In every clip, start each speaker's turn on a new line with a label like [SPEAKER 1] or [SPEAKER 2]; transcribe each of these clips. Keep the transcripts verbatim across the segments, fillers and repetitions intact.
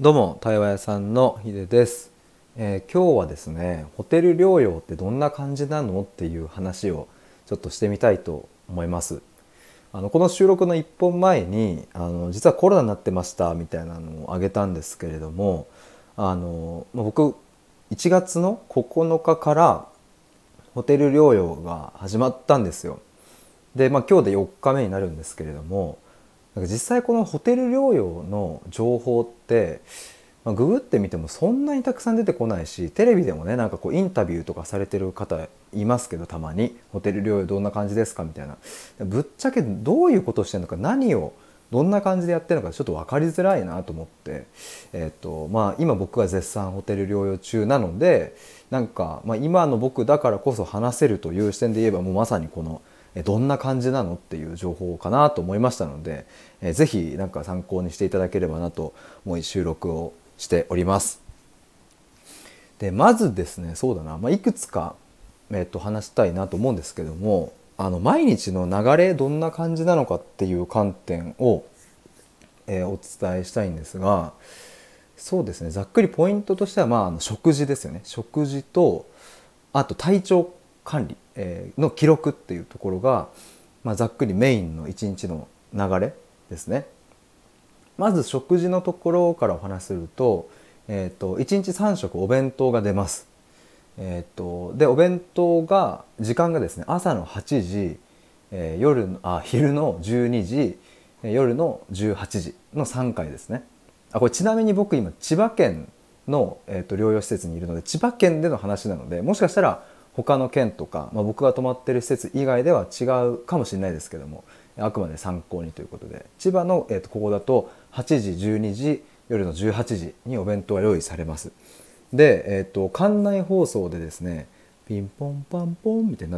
[SPEAKER 1] どうも対話屋さんのヒデです、えー今日はですね、ホテル療養ってどんな感じなのっていう話をちょっとしてみたいと思います。あのこの収録のいっぽんまえにあの実はコロナになってましたみたいなのをあげたんですけれども、あのまあ僕いちがつのここのかからホテル療養が始まったんですよ。で、まあ、今日でよっかめになるんですけれども、なんか実際このホテル療養の情報って、まあ、ググってみてもそんなにたくさん出てこないし、テレビでもね、なんかこうインタビューとかされてる方いますけど、たまにホテル療養どんな感じですかみたいな、ぶっちゃけどういうことをしてるのか、何をどんな感じでやってるのかちょっと分かりづらいなと思って、えっとまあ、今僕が絶賛ホテル療養中なので、なんか、まあ、今の僕だからこそ話せるという視点で言えば、もうまさにこのどんな感じなのっていう情報かなと思いましたので、えー、ぜひなんか参考にしていただければなと思い収録をしております。でまずですね、そうだな、まあ、いくつか、えー、と話したいなと思うんですけども、あの毎日の流れどんな感じなのかっていう観点を、えーお伝えしたいんですが、そうですね、ざっくりポイントとしては、まあ、あの食事ですよね。食事と、あと体調管理、えーの記録っていうところが、まあ、ざっくりメインの一日の流れですね。まず食事のところからお話しすると、えー、といちにちさん食お弁当が出ます。えー、とでお弁当が時間がですね、朝のはちじ、えー夜のあ昼のじゅうにじ、えー夜のじゅうはちじのさんかいですね。あ、これちなみに僕今千葉県の、えー、と療養施設にいるので、千葉県での話なので、もしかしたら他の県とか、まあ、僕が泊まってる施設以外では違うかもしれないですけども、あくまで参考にということで、千葉の、えー、とここだとはちじじゅうにじ夜のじゅうはちじにお弁当が用意されます。で、えー、と館内放送でですね、ピンポンパンポンみたいになって、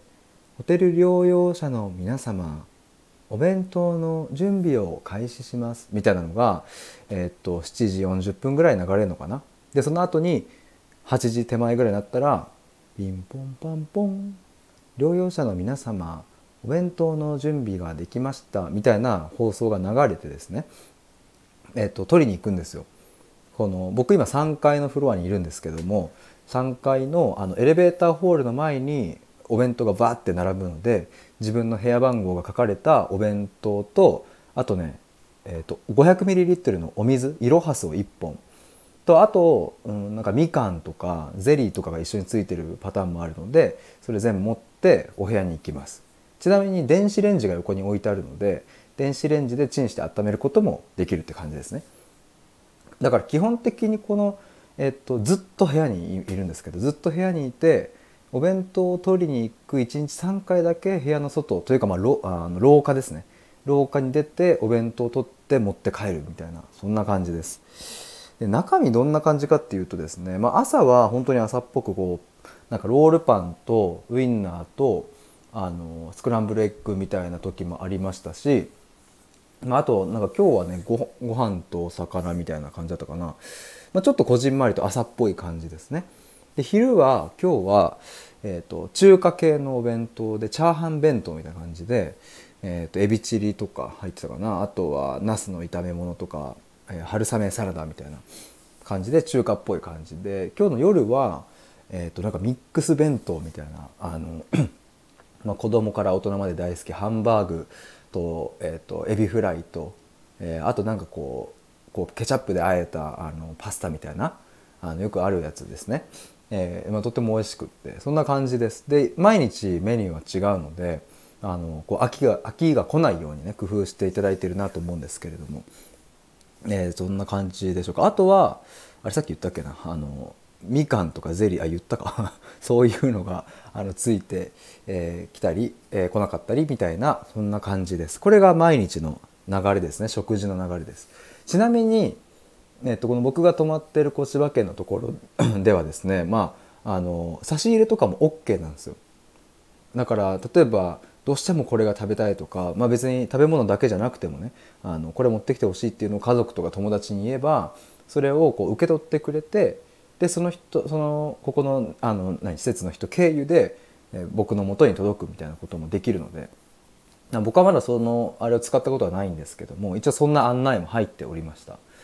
[SPEAKER 1] ホテル療養者の皆様、お弁当の準備を開始しますみたいなのが、えー、っとしちじよんじゅっぷんぐらい流れるのかな。でその後にはちじ手前ぐらいになったら、ピンポンパンポン、療養者の皆様、お弁当の準備ができましたみたいな放送が流れてですね、えー、っと取りに行くんですよ。この僕今さんがいのフロアにいるんですけども、さんがいのあのエレベーターホールの前にお弁当がバーって並ぶので、自分の部屋番号が書かれたお弁当と、あとね、えー、と ごひゃくミリリットル のお水イロハスをいっぽんと、あと、うん、なんかみかんとかゼリーとかが一緒についてるパターンもあるので、それ全部持ってお部屋に行きます。ちなみに電子レンジが横に置いてあるので、電子レンジでチンして温めることもできるって感じですね。だから基本的にこの、えっと、ずっと部屋にいるんですけど、ずっと部屋にいて、お弁当を取りに行くいちにちさんかいだけ部屋の外というか、まあ、ろあの廊下ですね、廊下に出てお弁当を取って持って帰るみたいな、そんな感じです。で中身どんな感じかっていうとですね、まあ、朝は本当に朝っぽくこうなんかロールパンとウインナーとあのスクランブルエッグみたいな時もありましたし、まあ、あとなんか今日はね、ごご飯とお魚みたいな感じだったかな、まあ、ちょっとこじんまりと朝っぽい感じですね。で昼は今日は、えー、と中華系のお弁当でチャーハン弁当みたいな感じで、えー、とエビチリとか入ってたかな、あとはナスの炒め物とか、えー春雨サラダみたいな感じで中華っぽい感じで、今日の夜は、えー、となんかミックス弁当みたいな、あのまあ、子供から大人まで大好きハンバーグと、えー、とエビフライと、えーあとなんかこうこうケチャップで和えたあのパスタみたいな、あのよくあるやつですね。えーまあ、とても美味しくって、そんな感じです。で毎日メニューは違うので、あのこう飽きが飽きが来ないようにね、工夫していただいているなと思うんですけれども、えーそんな感じでしょうか。あとはあれさっき言ったっけな、あのみかんとかゼリー、あ言ったかそういうのがあのついて、えー来たり、えー来なかったりみたいな、そんな感じです。これが毎日の流れですね、食事の流れです。ちなみに、えっと、この僕が泊まってる千葉県のところではですね、まあ、あの差し入れとかも OK なんですよ。だから例えばどうしてもこれが食べたいとか、まあ、別に食べ物だけじゃなくてもね、あのこれ持ってきてほしいっていうのを家族とか友達に言えば、それをこう受け取ってくれて、でその人そのここの、あの何施設の人経由で、えー僕の元に届くみたいなこともできるので、僕はまだそのあれを使ったことはないんですけども、一応そんな案内も入っておりました。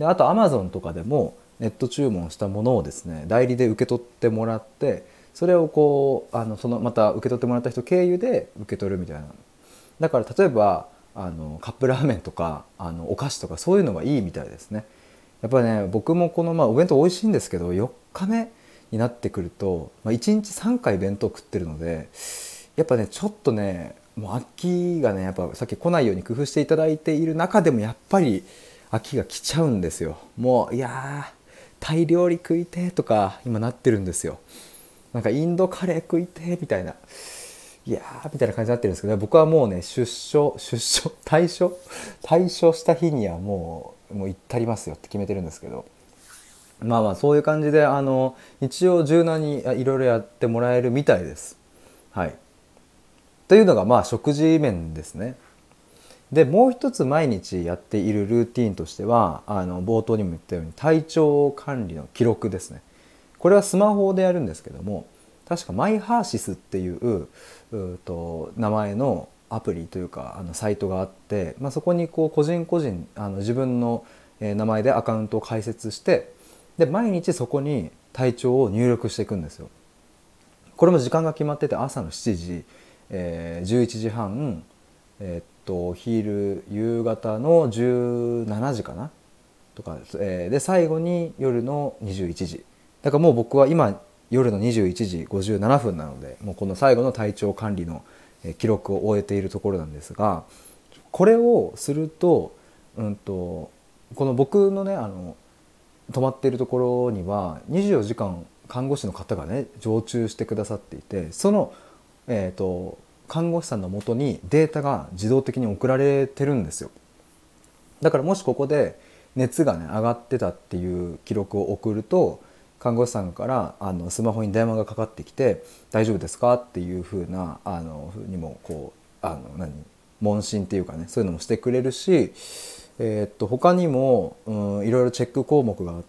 [SPEAKER 1] であと アマゾン とかでもネット注文したものをですね代理で受け取ってもらって、それをこうあのそのまた受け取ってもらった人経由で受け取るみたいな。だから例えばあのカップラーメンとかあのお菓子とかそういうのがいいみたいですね。やっぱりね僕もこの、まあ、お弁当美味しいんですけど、よっかめになってくると、まあ、いちにちさんかい弁当食ってるので、やっぱねちょっとねもう秋がねやっぱさっき来ないように工夫していただいている中でもやっぱり秋が来ちゃうんですよ。もういやータイ料理食いてとか今なってるんですよ。なんかインドカレー食いてみたいな、いやーみたいな感じになってるんですけど、僕はもうね出所出所退所退所した日にはもうもう行ったりますよって決めてるんですけど、まあまあそういう感じであの一応柔軟にいろいろやってもらえるみたいです。はい。というのがまあ食事面ですね。でもう一つ毎日やっているルーティーンとしては、あの冒頭にも言ったように体調管理の記録ですね。これはスマホでやるんですけども、確かマイハーシスっていううと名前のアプリというかあのサイトがあって、まあ、そこにこう個人個人あの自分の名前でアカウントを開設して、で毎日そこに体調を入力していくんですよ。これも時間が決まってて、朝のしちじ、えー、じゅういちじはん、えーっとお昼夕方のじゅうしちじかなとか、えー、で最後に夜のにじゅういちじだから、もう僕は今夜のにじゅういちじごじゅうななふんなので、もうこの最後の体調管理の記録を終えているところなんですが、これをすると、うんとこの僕のねあの泊まっているところにはにじゅうよじかん看護師の方がね常駐してくださっていて、その、えーと看護師さんのもとにデータが自動的に送られてるんですよ。だからもしここで熱がね上がってたっていう記録を送ると、看護師さんからあのスマホに電話がかかってきて大丈夫ですかっていう風なあの風にもこうあの何問診っていうかね、そういうのもしてくれるし、えー、っと他にも、うん、いろいろチェック項目があって、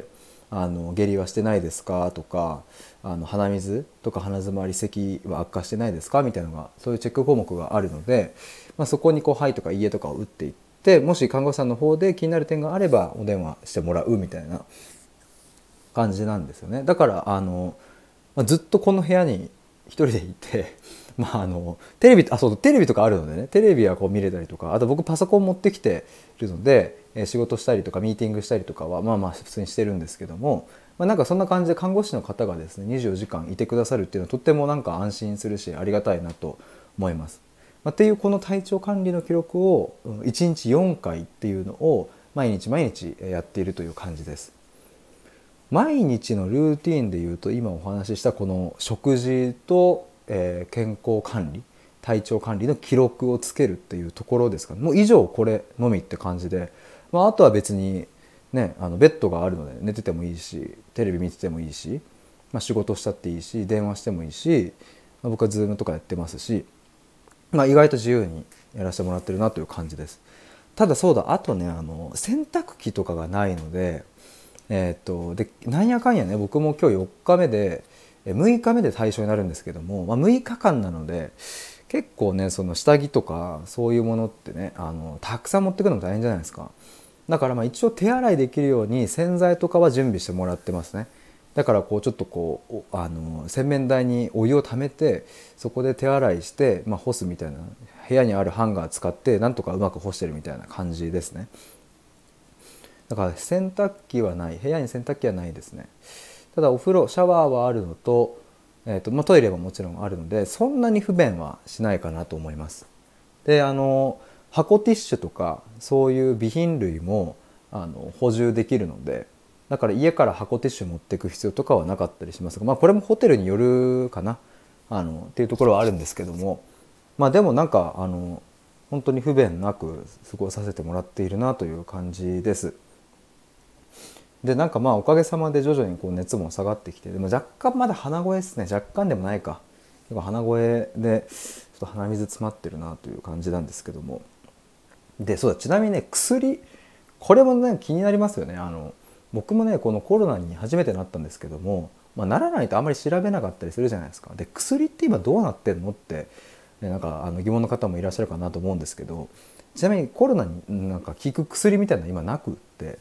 [SPEAKER 1] あの下痢はしてないですかとか、あの鼻水とか鼻づまり咳は悪化してないですかみたいなのが、そういうチェック項目があるので、まあ、そこにこうはいとかいいえとかを打っていって、もし看護師さんの方で気になる点があればお電話してもらうみたいな感じなんですよね。だからあの、まあ、ずっとこの部屋に一人でいてまああのテレビあそうテレビとかあるのでね、テレビはこう見れたりとか、あと僕パソコン持ってきているので、えー仕事したりとかミーティングしたりとかはまあまあ普通にしてるんですけども、まあ、なんかそんな感じで看護師の方がですねにじゅうよじかんいてくださるっていうのはとってもなんか安心するしありがたいなと思います。まあ、っていうこの体調管理の記録をいちにちよんかいっていうのを毎日毎日やっているという感じです。毎日のルーティーンでいうと、今お話ししたこの食事と、えー健康管理体調管理の記録をつけるっていうところですかね。もう以上これのみって感じで、まあ、あとは別にねあのベッドがあるので寝ててもいいし、テレビ見ててもいいし、まあ、仕事したっていいし、電話してもいいし、まあ、僕はズームとかやってますし、まあ、意外と自由にやらせてもらってるなという感じです。ただそうだ、あとねあの洗濯機とかがないので、えー、っとでなんやかんやね僕も今日よっかめでむいかめで対象になるんですけども、まあ、むいかかんなので結構ねその下着とかそういうものってねあのたくさん持ってくるのも大変じゃないですか。だからまあ一応手洗いできるように洗剤とかは準備してもらってますね。だからこうちょっとこうあの洗面台にお湯をためて、そこで手洗いして、まあ、干すみたいな、部屋にあるハンガー使ってなんとかうまく干してるみたいな感じですね。だから洗濯機はない、部屋に洗濯機はないですね。ただお風呂シャワーはあるのと、えーとまあ、トイレももちろんあるので、そんなに不便はしないかなと思います。であの箱ティッシュとかそういう備品類もあの補充できるので、だから家から箱ティッシュ持っていく必要とかはなかったりしますが、まあこれもホテルによるかなあのっていうところはあるんですけども、まあでもなんかあの本当に不便なく過ごさせてもらっているなという感じです。でなんかまあおかげさまで徐々にこう熱も下がってきて、でも若干まだ鼻声ですね。若干でもないか、結構鼻声でちょっと鼻水詰まってるなという感じなんですけども、でそうだ、ちなみにね薬、これもね気になりますよね。あの僕もねこのコロナに初めてなったんですけども、まあ、ならないとあんまり調べなかったりするじゃないですか。で薬って今どうなってんのって、ね、なんかあの疑問の方もいらっしゃるかなと思うんですけど、ちなみにコロナになんか効く薬みたいなの今なくって、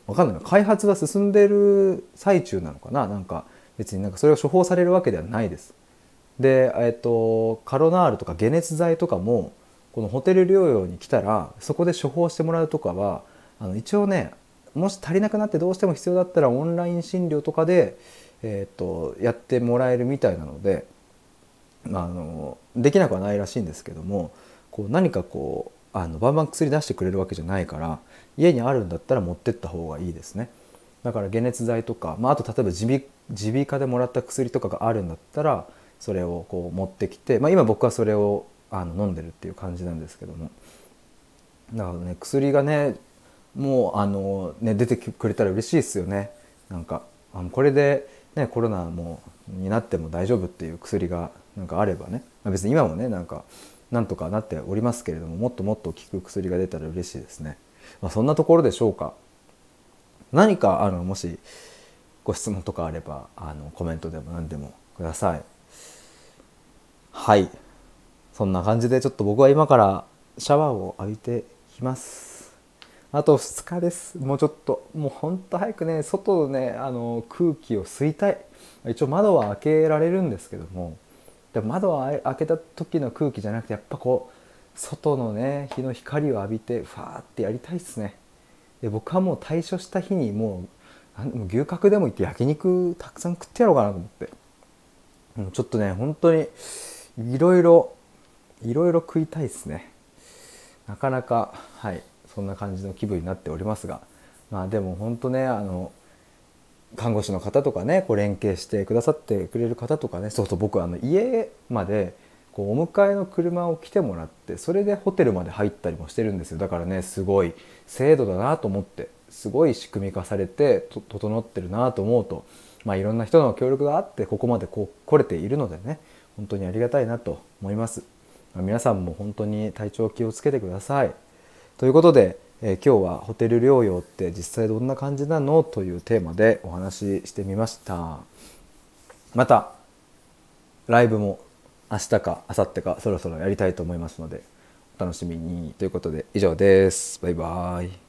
[SPEAKER 1] わかんない、開発が進んでる最中なのかな。なんか別になんかそれを処方されるわけではないです。で、えっと、カロナールとか解熱剤とかもこのホテル療養に来たらそこで処方してもらうとかは、あの一応ね、もし足りなくなってどうしても必要だったらオンライン診療とかで、えっと、やってもらえるみたいなので、まあ、あのできなくはないらしいんですけども、こう何かこうあのバンバン薬出してくれるわけじゃないから、家にあるんだったら持ってった方がいいですね。だから解熱剤とか、まあ、あと例えば耳鼻科でもらった薬とかがあるんだったらそれをこう持ってきて、まあ、今僕はそれをあの飲んでるっていう感じなんですけども、だからね、薬がねもうあの、ね、出てくれたら嬉しいですよね。なんかあのこれで、ね、コロナもになっても大丈夫っていう薬がなんかあればね、まあ、別に今もねなんかなんとかなっておりますけれども、もっともっと効く薬が出たら嬉しいですね。まあ、そんなところでしょうか。何かあのもしご質問とかあればあのコメントでも何でもください。はい、そんな感じでちょっと僕は今からシャワーを浴びてきます。あとふつかです。もうちょっと、もうほんと早くね外のねあの空気を吸いたい。一応窓は開けられるんですけども、でも窓を開けた時の空気じゃなくて、やっぱこう外のね日の光を浴びてファーってやりたいですね。で僕はもう退所した日にもうもう牛角でも行って焼肉たくさん食ってやろうかなと思って、もうちょっとね本当にいろいろいろいろ食いたいですね。なかなか、はい、そんな感じの気分になっておりますが、まあでも本当ね、あの看護師の方とかね、こう連携してくださってくれる方とかね、そうそう、僕あの家までこうお迎えの車を来てもらって、それでホテルまで入ったりもしてるんですよ。だからね、すごい制度だなと思って、すごい仕組み化されてと整ってるなと思うと、まあいろんな人の協力があってここまでこう来れているのでね、本当にありがたいなと思います。まあ、皆さんも本当に体調気をつけてください。ということで、えー、今日はホテル療養って実際どんな感じなのというテーマでお話ししてみました。またライブも明日か明後日かそろそろやりたいと思いますのでお楽しみに。ということで以上です。バイバイ。